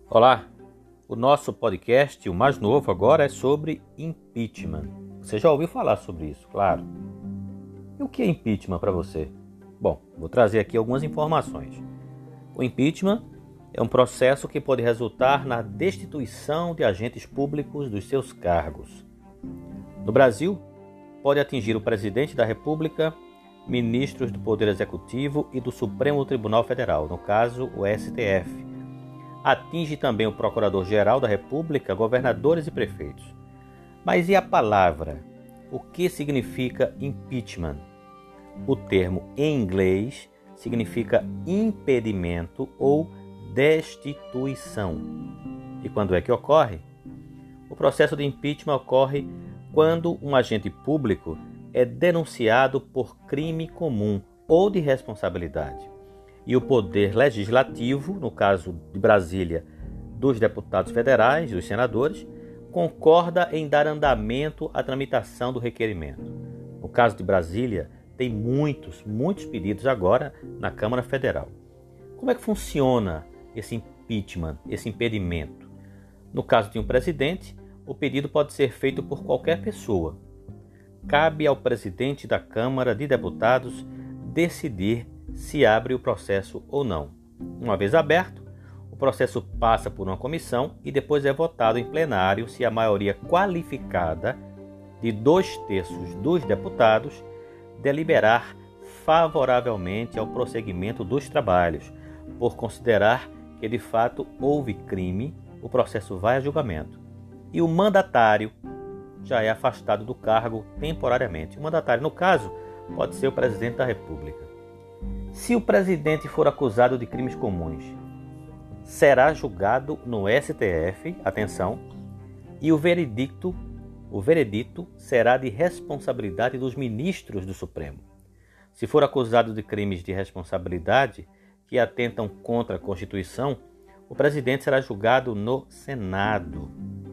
Olá, o nosso podcast, o mais novo agora, é sobre impeachment. Você já ouviu falar sobre isso, claro. E o que é impeachment para você? Bom, vou trazer aqui algumas informações. O impeachment é um processo que pode resultar na destituição de agentes públicos dos seus cargos. No Brasil, pode atingir o presidente da República, ministros do Poder Executivo e do Supremo Tribunal Federal, no caso, o STF. Atinge também o Procurador-Geral da República, governadores e prefeitos. Mas e a palavra? O que significa impeachment? O termo em inglês significa impedimento ou destituição. E quando é que ocorre? O processo de impeachment ocorre quando um agente público é denunciado por crime comum ou de responsabilidade. E o Poder Legislativo, no caso de Brasília, dos deputados federais, dos senadores, concorda em dar andamento à tramitação do requerimento. No caso de Brasília, tem muitos pedidos agora na Câmara Federal. Como é que funciona esse impeachment, esse impedimento? No caso de um presidente, o pedido pode ser feito por qualquer pessoa. Cabe ao presidente da Câmara de Deputados decidir se abre o processo ou não. Uma vez aberto, o processo passa por uma comissão e depois é votado em plenário se a maioria qualificada de 2/3 dos deputados deliberar favoravelmente ao prosseguimento dos trabalhos. Por considerar que de fato houve crime, o processo vai a julgamento. E o mandatário já é afastado do cargo temporariamente. O mandatário, no caso, pode ser o presidente da República. Se o presidente for acusado de crimes comuns, será julgado no STF, atenção, e o veredito será de responsabilidade dos ministros do Supremo. Se for acusado de crimes de responsabilidade que atentam contra a Constituição, o presidente será julgado no Senado.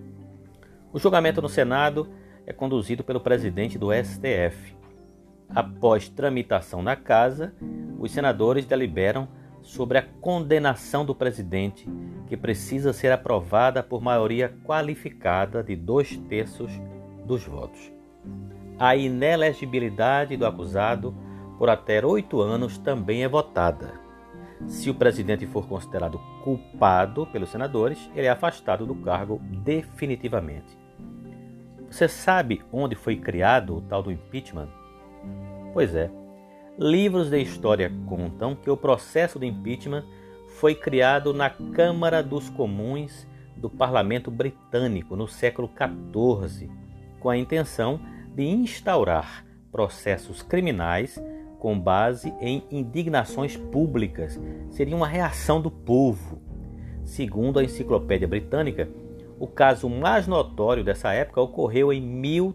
O julgamento no Senado é conduzido pelo presidente do STF. Após tramitação na Casa, os senadores deliberam sobre a condenação do presidente, que precisa ser aprovada por maioria qualificada de 2/3 dos votos. A inelegibilidade do acusado por até 8 anos também é votada. Se o presidente for considerado culpado pelos senadores, ele é afastado do cargo definitivamente. Você sabe onde foi criado o tal do impeachment? Pois é, livros de história contam que o processo de impeachment foi criado na Câmara dos Comuns do Parlamento Britânico no século XIV, com a intenção de instaurar processos criminais com base em indignações públicas. Seria uma reação do povo. Segundo a Enciclopédia Britânica, o caso mais notório dessa época ocorreu em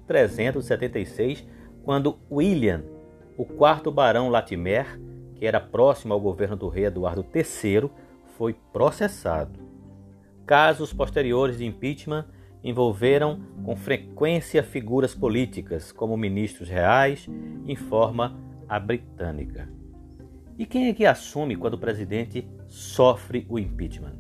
1376, quando William, o quarto barão Latimer, que era próximo ao governo do rei Eduardo III, foi processado. Casos posteriores de impeachment envolveram com frequência figuras políticas, como ministros reais, informa a britânica. E quem é que assume quando o presidente sofre o impeachment?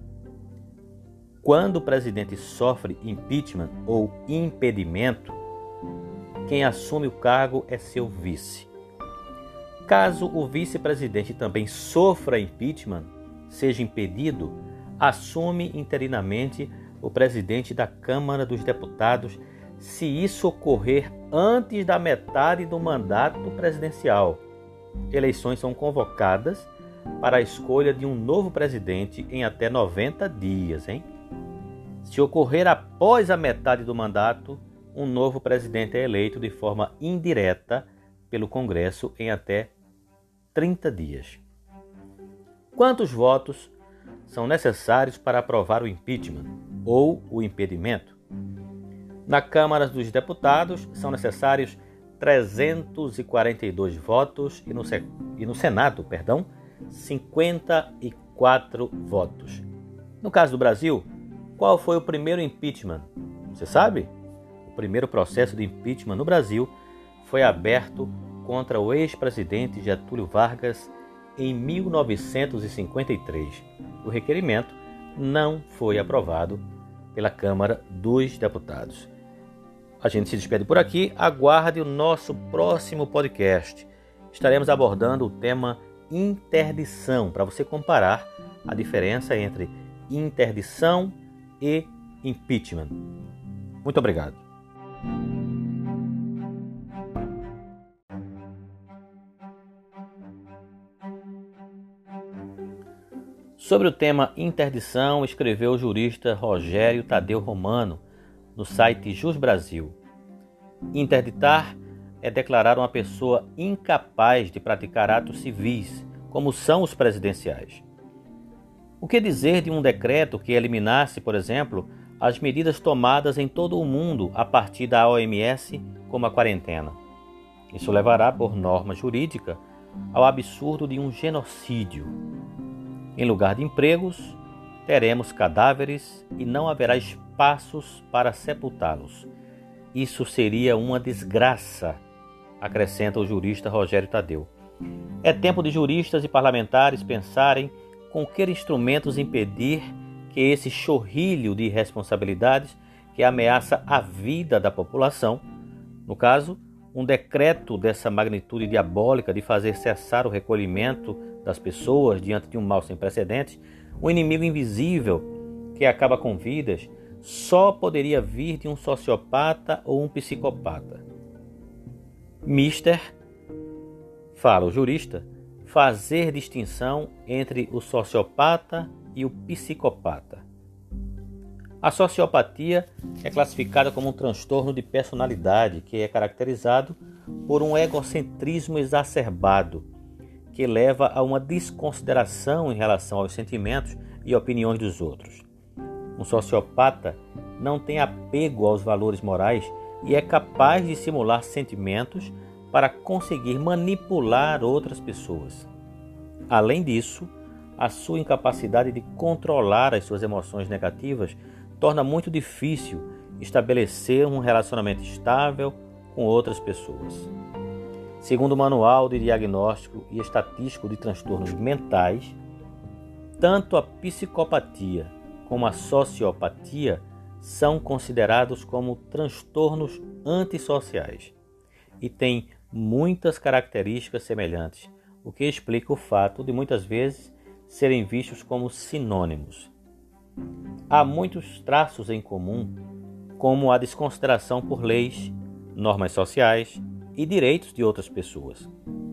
Quando o presidente sofre impeachment ou impedimento, quem assume o cargo é seu vice. Caso o vice-presidente também sofra impeachment, seja impedido, assume interinamente o presidente da Câmara dos Deputados, se isso ocorrer antes da metade do mandato presidencial. Eleições são convocadas para a escolha de um novo presidente em até 90 dias, Se ocorrer após a metade do mandato, um novo presidente é eleito de forma indireta pelo Congresso em até 30 dias. Quantos votos são necessários para aprovar o impeachment ou o impedimento? Na Câmara dos Deputados são necessários 342 votos e no Senado, 54 votos. No caso do Brasil, qual foi o primeiro impeachment? Você sabe? O primeiro processo de impeachment no Brasil foi aberto contra o ex-presidente Getúlio Vargas em 1953. O requerimento não foi aprovado pela Câmara dos Deputados. A gente se despede por aqui. Aguarde o nosso próximo podcast. Estaremos abordando o tema interdição, para você comparar a diferença entre interdição e impeachment. Muito obrigado. Sobre o tema interdição, escreveu o jurista Rogério Tadeu Romano no site Jus Brasil. Interditar é declarar uma pessoa incapaz de praticar atos civis, como são os presidenciais. O que dizer de um decreto que eliminasse, por exemplo, as medidas tomadas em todo o mundo a partir da OMS, como a quarentena? Isso levará, por norma jurídica, ao absurdo de um genocídio. Em lugar de empregos, teremos cadáveres e não haverá espaços para sepultá-los. Isso seria uma desgraça, acrescenta o jurista Rogério Tadeu. É tempo de juristas e parlamentares pensarem com que instrumentos impedir que esse chorrilho de irresponsabilidades que ameaça a vida da população, no caso, um decreto dessa magnitude diabólica de fazer cessar o recolhimento das pessoas diante de um mal sem precedentes, um inimigo invisível que acaba com vidas, só poderia vir de um sociopata ou um psicopata. Fala o jurista, fazer distinção entre o sociopata e o psicopata. A sociopatia é classificada como um transtorno de personalidade que é caracterizado por um egocentrismo exacerbado, que leva a uma desconsideração em relação aos sentimentos e opiniões dos outros. Um sociopata não tem apego aos valores morais e é capaz de simular sentimentos para conseguir manipular outras pessoas. Além disso, a sua incapacidade de controlar as suas emoções negativas torna muito difícil estabelecer um relacionamento estável com outras pessoas. Segundo o Manual de Diagnóstico e Estatístico de Transtornos Mentais, tanto a psicopatia como a sociopatia são considerados como transtornos antissociais e têm muitas características semelhantes, o que explica o fato de muitas vezes serem vistos como sinônimos. Há muitos traços em comum, como a desconsideração por leis, normas sociais e direitos de outras pessoas,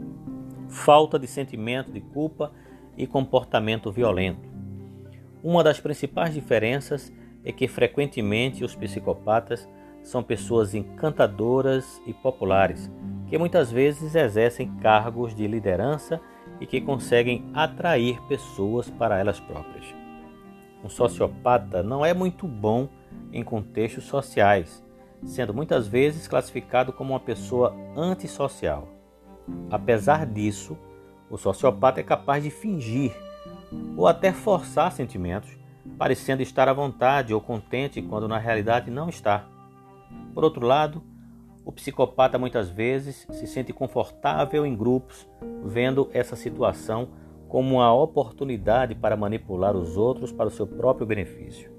falta de sentimento de culpa e comportamento violento. Uma das principais diferenças é que frequentemente os psicopatas são pessoas encantadoras e populares, que muitas vezes exercem cargos de liderança e que conseguem atrair pessoas para elas próprias. Um sociopata não é muito bom em contextos sociais, sendo muitas vezes classificado como uma pessoa antissocial. Apesar disso, o sociopata é capaz de fingir ou até forçar sentimentos, parecendo estar à vontade ou contente quando na realidade não está. Por outro lado, o psicopata muitas vezes se sente confortável em grupos, vendo essa situação como uma oportunidade para manipular os outros para o seu próprio benefício.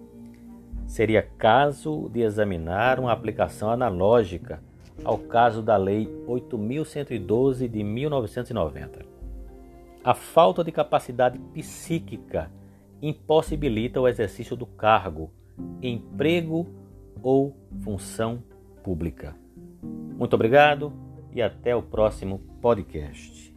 Seria caso de examinar uma aplicação analógica ao caso da Lei 8.112 de 1990. A falta de capacidade psíquica impossibilita o exercício do cargo, emprego ou função pública. Muito obrigado e até o próximo podcast.